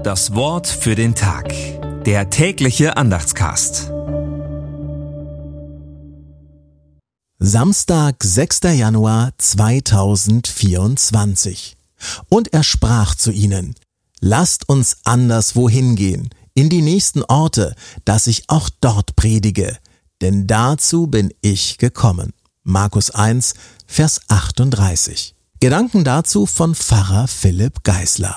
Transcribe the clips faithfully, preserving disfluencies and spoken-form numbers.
Das Wort für den Tag. Der tägliche Andachtscast. Samstag, sechster Januar zweitausendvierundzwanzig. Und er sprach zu ihnen: Lasst uns anderswo hingehen, in die nächsten Orte, dass ich auch dort predige, denn dazu bin ich gekommen. Markus eins, Vers achtunddreißig. Gedanken dazu von Pfarrer Philipp Geisler.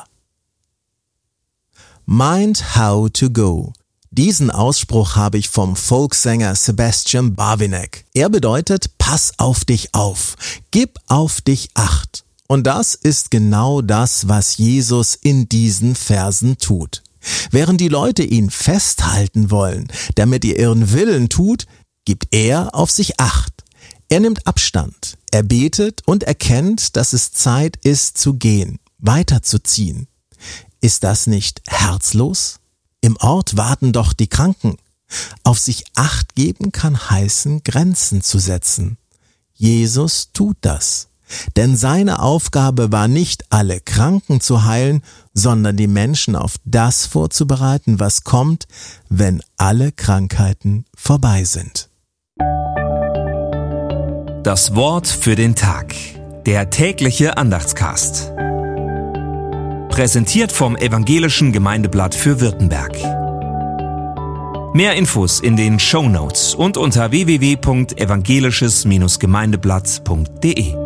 Mind how to go. Diesen Ausspruch habe ich vom Folksänger Sebastian Barwinek. Er bedeutet: Pass auf dich auf, gib auf dich Acht. Und das ist genau das, was Jesus in diesen Versen tut. Während die Leute ihn festhalten wollen, damit er ihren Willen tut, gibt er auf sich Acht. Er nimmt Abstand, er betet und erkennt, dass es Zeit ist zu gehen, weiterzuziehen. Ist das nicht herzlos? Im Ort warten doch die Kranken. Auf sich Acht geben kann heißen, Grenzen zu setzen. Jesus tut das. Denn seine Aufgabe war nicht, alle Kranken zu heilen, sondern die Menschen auf das vorzubereiten, was kommt, wenn alle Krankheiten vorbei sind. Das Wort für den Tag. Der tägliche Andachtscast. Präsentiert vom Evangelischen Gemeindeblatt für Württemberg. Mehr Infos in den Shownotes und unter w w w punkt evangelisches Gemeindeblatt punkt de.